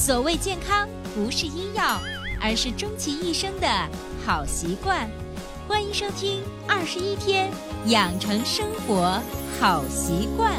所谓健康，不是医药，而是终其一生的好习惯。欢迎收听21天养成生活好习惯。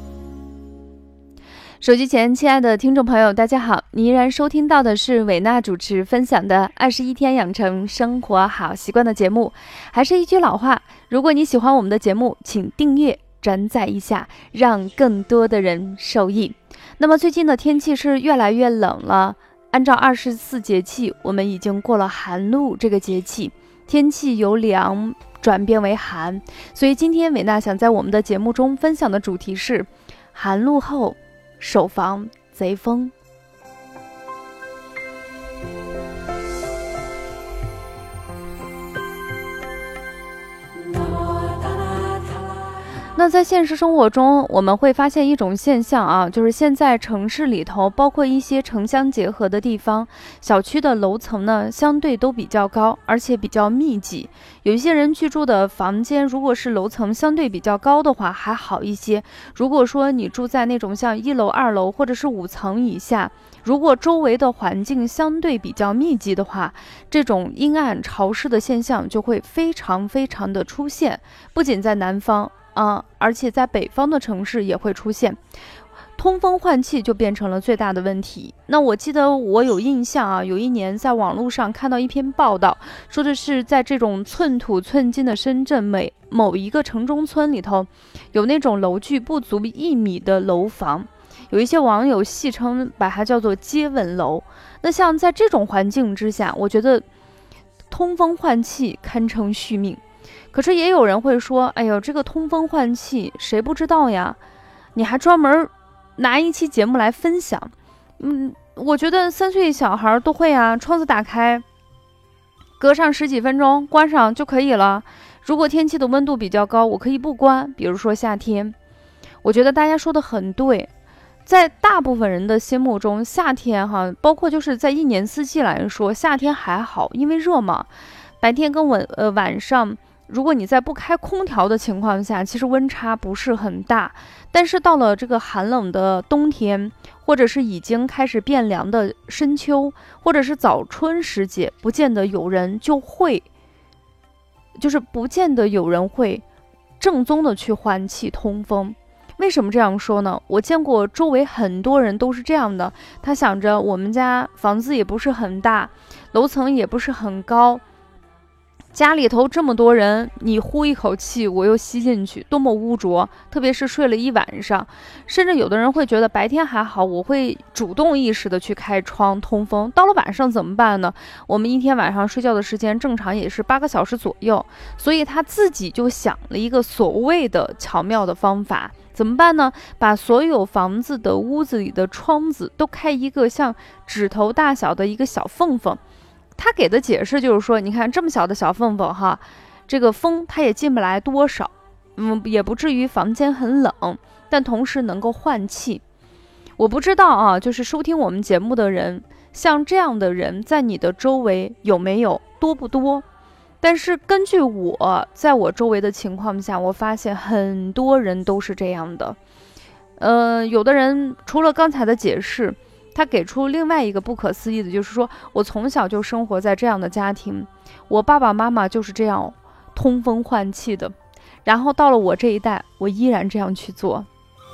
手机前亲爱的听众朋友大家好，你依然收听到的是伟娜主持分享的21天养成生活好习惯的节目。还是一句老话，如果你喜欢我们的节目，请订阅转载一下，让更多的人受益。那么最近的天气是越来越冷了，按照24节气，我们已经过了寒露这个节气，天气由凉转变为寒，所以今天伟娜想在我们的节目中分享的主题是寒露后首防贼风。那在现实生活中，我们会发现一种现象啊，就是现在城市里头，包括一些城乡结合的地方，小区的楼层呢相对都比较高，而且比较密集。有一些人居住的房间，如果是楼层相对比较高的话，还好一些。如果说你住在那种像1楼、2楼或者是5层以下，如果周围的环境相对比较密集的话，这种阴暗潮湿的现象就会非常的出现。不仅在南方而且在北方的城市也会出现，通风换气就变成了最大的问题。那我记得我有印象啊，有一年在网络上看到一篇报道，说的是在这种寸土寸金的深圳某一个城中村里头，有那种楼距不足1米的楼房，有一些网友戏称把它叫做接吻楼。那像在这种环境之下，我觉得通风换气堪称续命。可是也有人会说，哎呦，这个通风换气谁不知道呀？你还专门拿一期节目来分享。我觉得3岁小孩都会啊，窗子打开，隔上10几分钟，关上就可以了。如果天气的温度比较高，我可以不关，比如说夏天。我觉得大家说的很对，在大部分人的心目中，夏天包括就是在一年四季来说，夏天还好，因为热嘛，白天跟晚上，如果你在不开空调的情况下，其实温差不是很大。但是到了这个寒冷的冬天，或者是已经开始变凉的深秋，或者是早春时节，不见得有人会正宗的去换气通风。为什么这样说呢？我见过周围很多人都是这样的，他想着我们家房子也不是很大，楼层也不是很高，家里头这么多人，你呼一口气我又吸进去，多么污浊，特别是睡了一晚上。甚至有的人会觉得白天还好，我会主动意识的去开窗通风，到了晚上怎么办呢？我们一天晚上睡觉的时间正常也是8个小时左右，所以他自己就想了一个所谓的巧妙的方法。怎么办呢？把所有房子的屋子里的窗子都开一个像指头大小的一个小缝缝。他给的解释就是说，你看这么小的小缝缝这个风它也进不来多少，也不至于房间很冷，但同时能够换气。我不知道就是收听我们节目的人，像这样的人在你的周围有没有，多不多？但是根据我在我周围的情况下，我发现很多人都是这样的。有的人除了刚才的解释，他给出另外一个不可思议的，就是说我从小就生活在这样的家庭，我爸爸妈妈就是这样通风换气的，然后到了我这一代，我依然这样去做。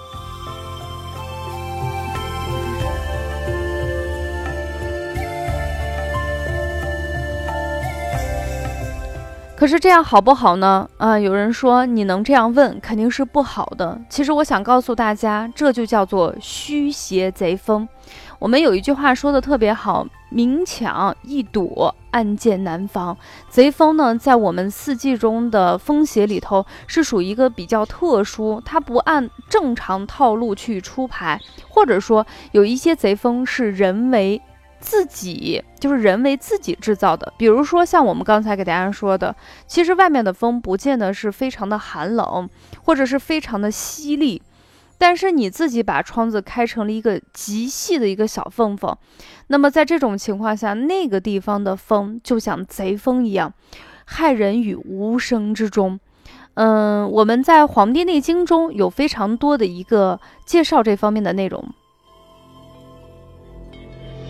可是这样好不好呢？有人说你能这样问肯定是不好的。其实我想告诉大家，这就叫做驱邪贼风。我们有一句话说的特别好，明抢易躲，暗箭难防。贼风呢，在我们4季中的风邪里头是属于一个比较特殊，它不按正常套路去出牌，或者说有一些贼风是人为自己制造的。比如说像我们刚才给大家说的，其实外面的风不见得是非常的寒冷，或者是非常的犀利，但是你自己把窗子开成了一个极细的一个小缝缝，那么在这种情况下，那个地方的风就像贼风一样，害人于无声之中。我们在《黄帝内经》中有非常多的一个介绍这方面的内容。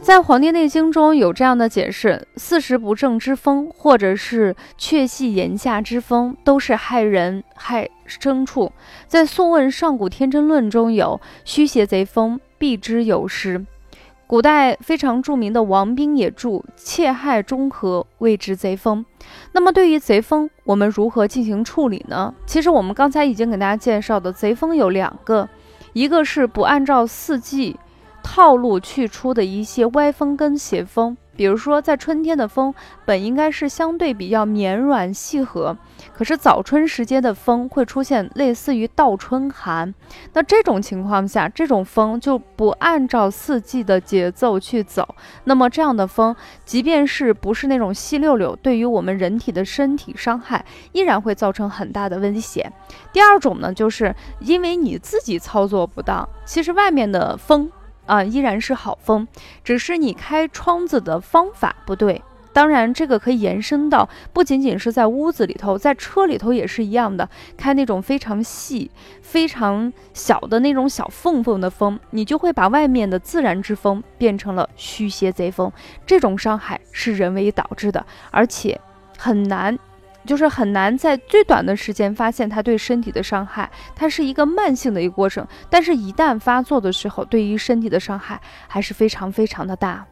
在《黄帝内经》中有这样的解释：40不正之风，或者是确系炎夏之风，都是害人害牲畜。在《宋问上古天真论》中有虚邪贼风，避之有时。古代非常著名的王冰也著窃害中和，谓之贼风。那么对于贼风，我们如何进行处理呢？其实我们刚才已经给大家介绍的贼风有2个，一个是不按照四季套路去出的一些歪风跟邪风，比如说在春天的风本应该是相对比较绵软细和，可是早春时间的风会出现类似于倒春寒，那这种情况下，这种风就不按照四季的节奏去走，那么这样的风即便是不是那种细溜溜，对于我们人体的身体伤害依然会造成很大的危险。第二种呢，就是因为你自己操作不当，其实外面的风依然是好风，只是你开窗子的方法不对。当然这个可以延伸到不仅仅是在屋子里头，在车里头也是一样的，开那种非常细非常小的那种小缝缝的风，你就会把外面的自然之风变成了虚邪贼风，这种伤害是人为导致的，而且很难在最短的时间发现它对身体的伤害，它是一个慢性的一个过程，但是一旦发作的时候，对于身体的伤害还是非常非常的大。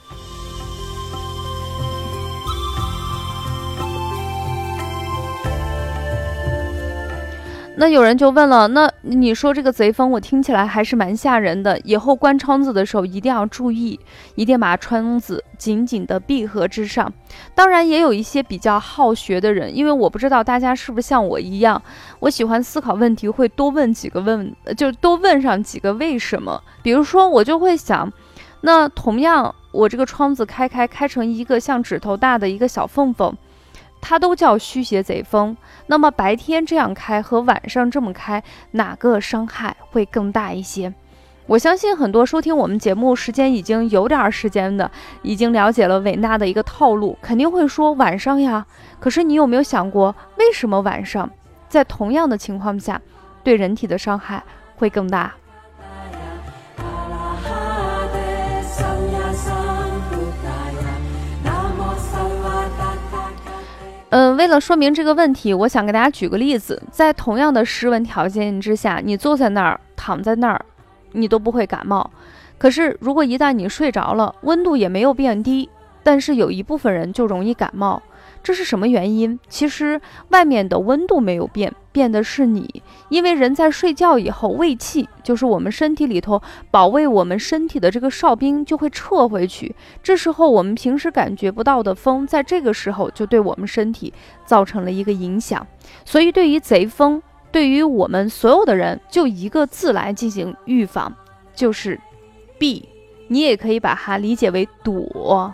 那有人就问了，那你说这个贼风我听起来还是蛮吓人的，以后关窗子的时候一定要注意，一定把窗子紧紧的闭合之上。当然也有一些比较好学的人，因为我不知道大家是不是像我一样，我喜欢思考问题，会多问几个就多问上几个为什么。比如说我就会想，那同样我这个窗子开成一个像指头大的一个小缝缝，它都叫虚邪贼风，那么白天这样开和晚上这么开，哪个伤害会更大一些？我相信很多收听我们节目时间已经有点时间的，已经了解了韦娜的一个套路，肯定会说晚上呀。可是你有没有想过，为什么晚上在同样的情况下，对人体的伤害会更大？为了说明这个问题，我想给大家举个例子，在同样的湿温条件之下，你坐在那儿躺在那儿，你都不会感冒。可是如果一旦你睡着了，温度也没有变低，但是有一部分人就容易感冒，这是什么原因？其实外面的温度没有变，变的是你。因为人在睡觉以后，胃气就是我们身体里头保卫我们身体的这个哨兵就会撤回去，这时候我们平时感觉不到的风，在这个时候就对我们身体造成了一个影响。所以对于贼风，对于我们所有的人，就一个字来进行预防，就是避。你也可以把它理解为躲。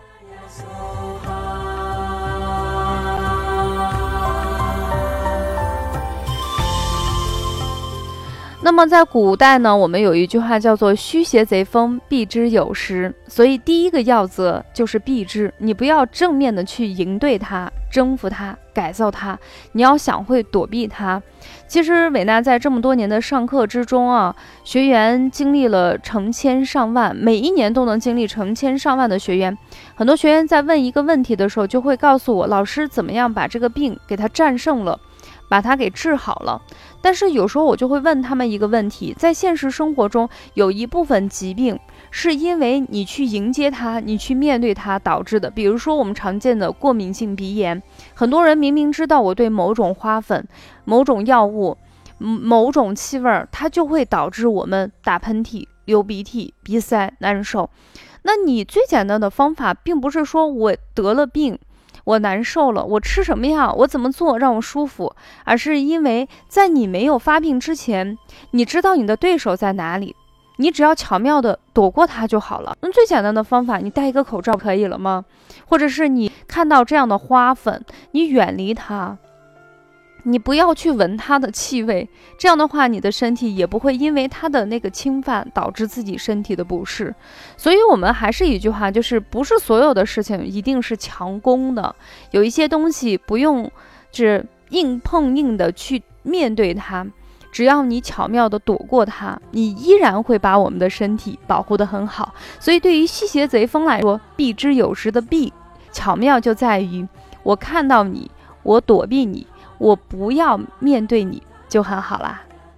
那么在古代呢，我们有一句话叫做虚邪贼风，避之有时。所以第一个要则就是避之，你不要正面的去迎对它，征服它，改造它，你要想会躲避它。其实韦娜在这么多年的上课之中啊，学员经历了成千上万，每一年都能经历成千上万的学员。很多学员在问一个问题的时候，就会告诉我，老师怎么样把这个病给它战胜了，把它给治好了。但是有时候我就会问他们一个问题，在现实生活中有一部分疾病是因为你去迎接它，你去面对它导致的。比如说我们常见的过敏性鼻炎，很多人明明知道我对某种花粉、某种药物、某种气味，它就会导致我们打喷嚏、流鼻涕、鼻塞、难受。那你最简单的方法并不是说我得了病，我难受了，我吃什么呀？我怎么做让我舒服？而是因为在你没有发病之前，你知道你的对手在哪里，你只要巧妙的躲过它就好了。那最简单的方法，你戴一个口罩可以了吗？或者是你看到这样的花粉，你远离它，你不要去闻它的气味，这样的话你的身体也不会因为它的那个侵犯导致自己身体的不适。所以我们还是一句话，就是不是所有的事情一定是强攻的，有一些东西不用是硬碰硬的去面对它， 只要你巧妙地躲过它，你依然会把我们的身体保护得很好。所以对于驱邪贼风来说，避之有时的避，巧妙就在于我看到你，我躲避你，我不要面对你，就很好啦。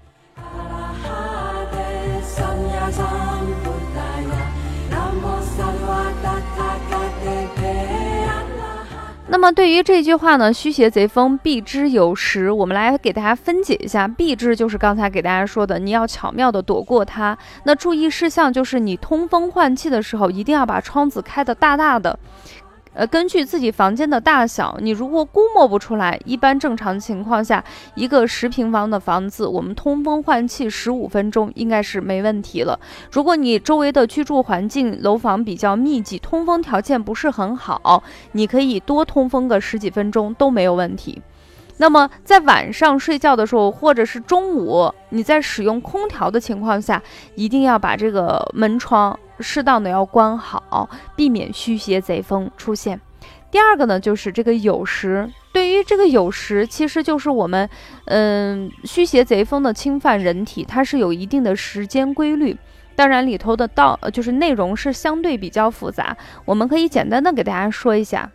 那么对于这句话呢，驱邪贼风避之有时，我们来给大家分解一下。避之就是刚才给大家说的，你要巧妙的躲过它。那注意事项就是你通风换气的时候，一定要把窗子开得大大的。根据自己房间的大小，你如果估摸不出来，一般正常情况下，一个10平方的房子，我们通风换气15分钟应该是没问题了。如果你周围的居住环境楼房比较密集，通风条件不是很好，你可以多通风个10几分钟都没有问题。那么在晚上睡觉的时候，或者是中午你在使用空调的情况下，一定要把这个门窗适当的要关好，避免驱邪贼风出现。第二个呢，就是这个酉时。对于这个酉时，其实就是我们驱邪贼风的侵犯人体，它是有一定的时间规律。当然里头的就是内容是相对比较复杂，我们可以简单的给大家说一下。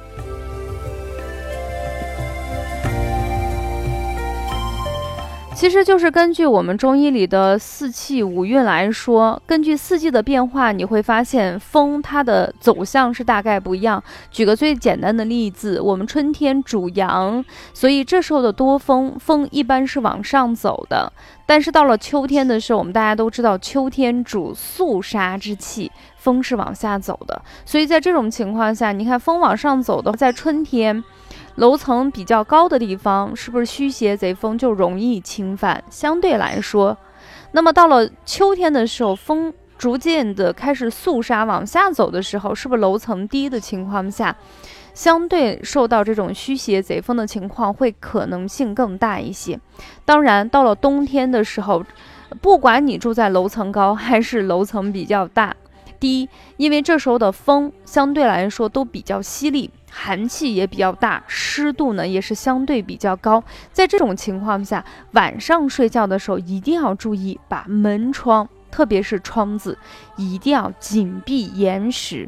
其实就是根据我们中医里的4气5运来说，根据4季的变化，你会发现风它的走向是大概不一样。举个最简单的例子，我们春天主阳，所以这时候的多风，风一般是往上走的。但是到了秋天的时候，我们大家都知道秋天主肃杀之气，风是往下走的。所以在这种情况下，你看风往上走的，在春天楼层比较高的地方，是不是驱邪贼风就容易侵犯？相对来说，那么到了秋天的时候，风逐渐的开始肃杀往下走的时候，是不是楼层低的情况下，相对受到这种驱邪贼风的情况会可能性更大一些？当然，到了冬天的时候，不管你住在楼层高还是楼层比较大低，因为这时候的风相对来说都比较犀利，寒气也比较大，湿度呢也是相对比较高。在这种情况下，晚上睡觉的时候一定要注意把门窗，特别是窗子一定要紧闭严实。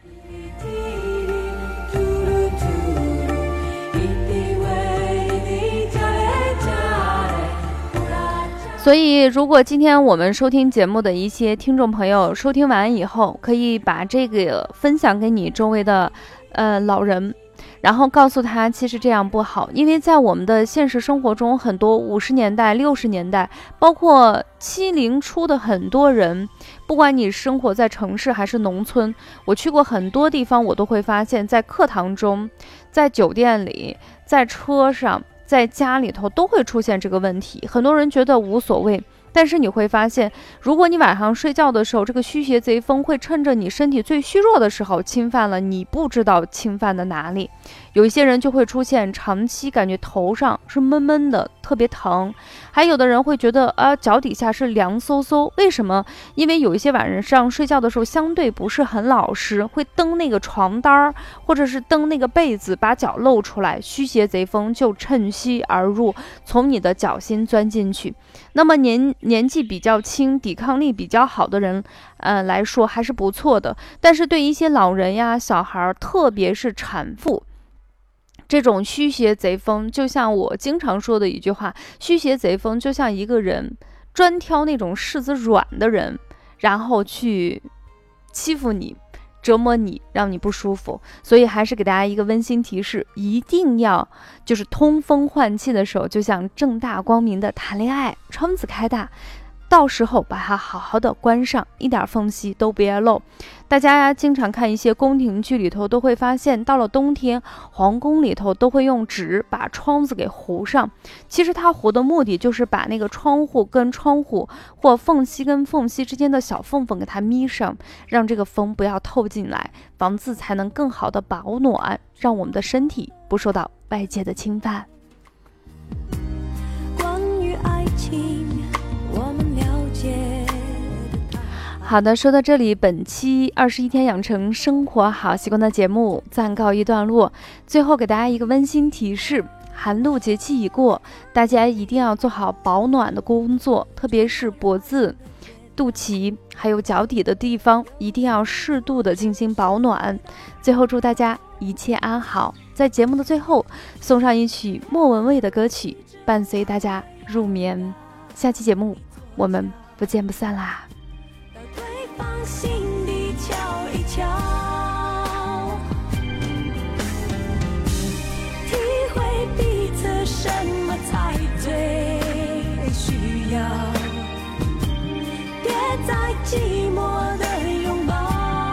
所以如果今天我们收听节目的一些听众朋友收听完以后，可以把这个分享给你周围的老人，然后告诉他其实这样不好。因为在我们的现实生活中，很多50年代60年代包括70初的很多人，不管你生活在城市还是农村，我去过很多地方，我都会发现在课堂中，在酒店里，在车上，在家里头都会出现这个问题。很多人觉得无所谓，但是你会发现，如果你晚上睡觉的时候，这个驱邪贼风会趁着你身体最虚弱的时候侵犯了你不知道侵犯的哪里。有一些人就会出现长期感觉头上是闷闷的，特别疼，还有的人会觉得脚底下是凉飕飕。为什么？因为有一些晚上睡觉的时候相对不是很老实，会蹬那个床单或者是蹬那个被子，把脚露出来，驱邪贼风就趁虚而入，从你的脚心钻进去。那么年纪比较轻，抵抗力比较好的人来说还是不错的。但是对一些老人呀、小孩，特别是产妇，这种驱邪贼风，就像我经常说的一句话，驱邪贼风就像一个人专挑那种柿子软的人，然后去欺负你，折磨你，让你不舒服。所以还是给大家一个温馨提示，一定要就是通风换气的时候，就像正大光明的谈恋爱，窗子开大，到时候把它好好的关上，一点缝隙都别漏。大家经常看一些宫廷剧里头，都会发现到了冬天，皇宫里头都会用纸把窗子给糊上。其实它糊的目的就是把那个窗户跟窗户或缝隙跟缝隙之间的小缝缝给它眯上，让这个风不要透进来，房子才能更好的保暖，让我们的身体不受到外界的侵犯。关于爱情，我们了解。好的，说到这里，本期21天养成生活好习惯的节目暂告一段落。最后给大家一个温馨提示， 寒露节气已过，大家一定要做好保暖的工作，特别是脖子、肚脐还有脚底的地方，一定要适度的进行保暖。最后祝大家一切安好。在节目的最后，送上一曲莫文蔚的歌曲，伴随大家入眠。下期节目我们不见不散啦。 到对方心底瞧一瞧，体会彼此什么才最需要，别再寂寞的拥抱。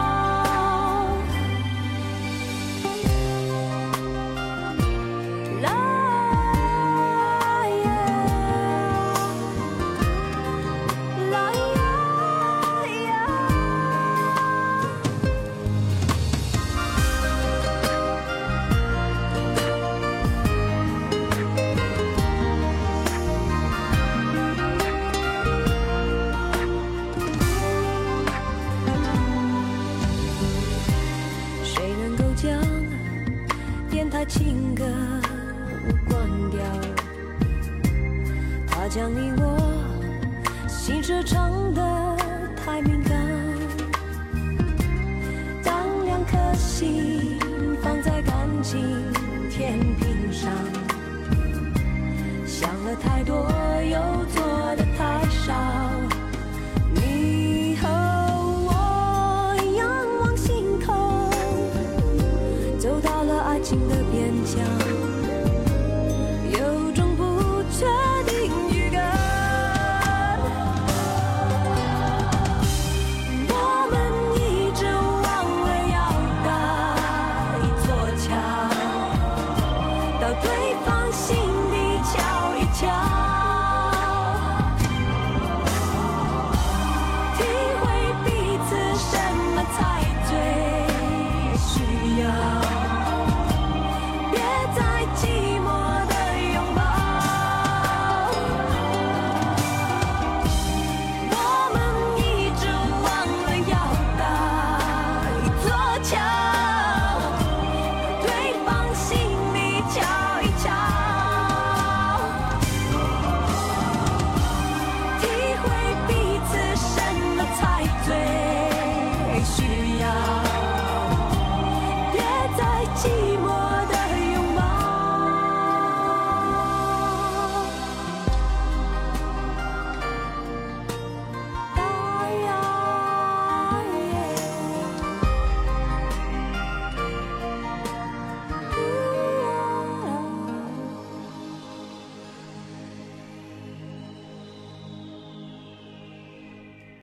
情歌关掉，怕将你我心事唱得太敏感。当两颗心放在感情天平上，想了太多又做的太少。你和我仰望星空，走到了爱情的边疆，有种不确定预感。我们一直忘了要搭一座桥，到对方心底瞧一瞧。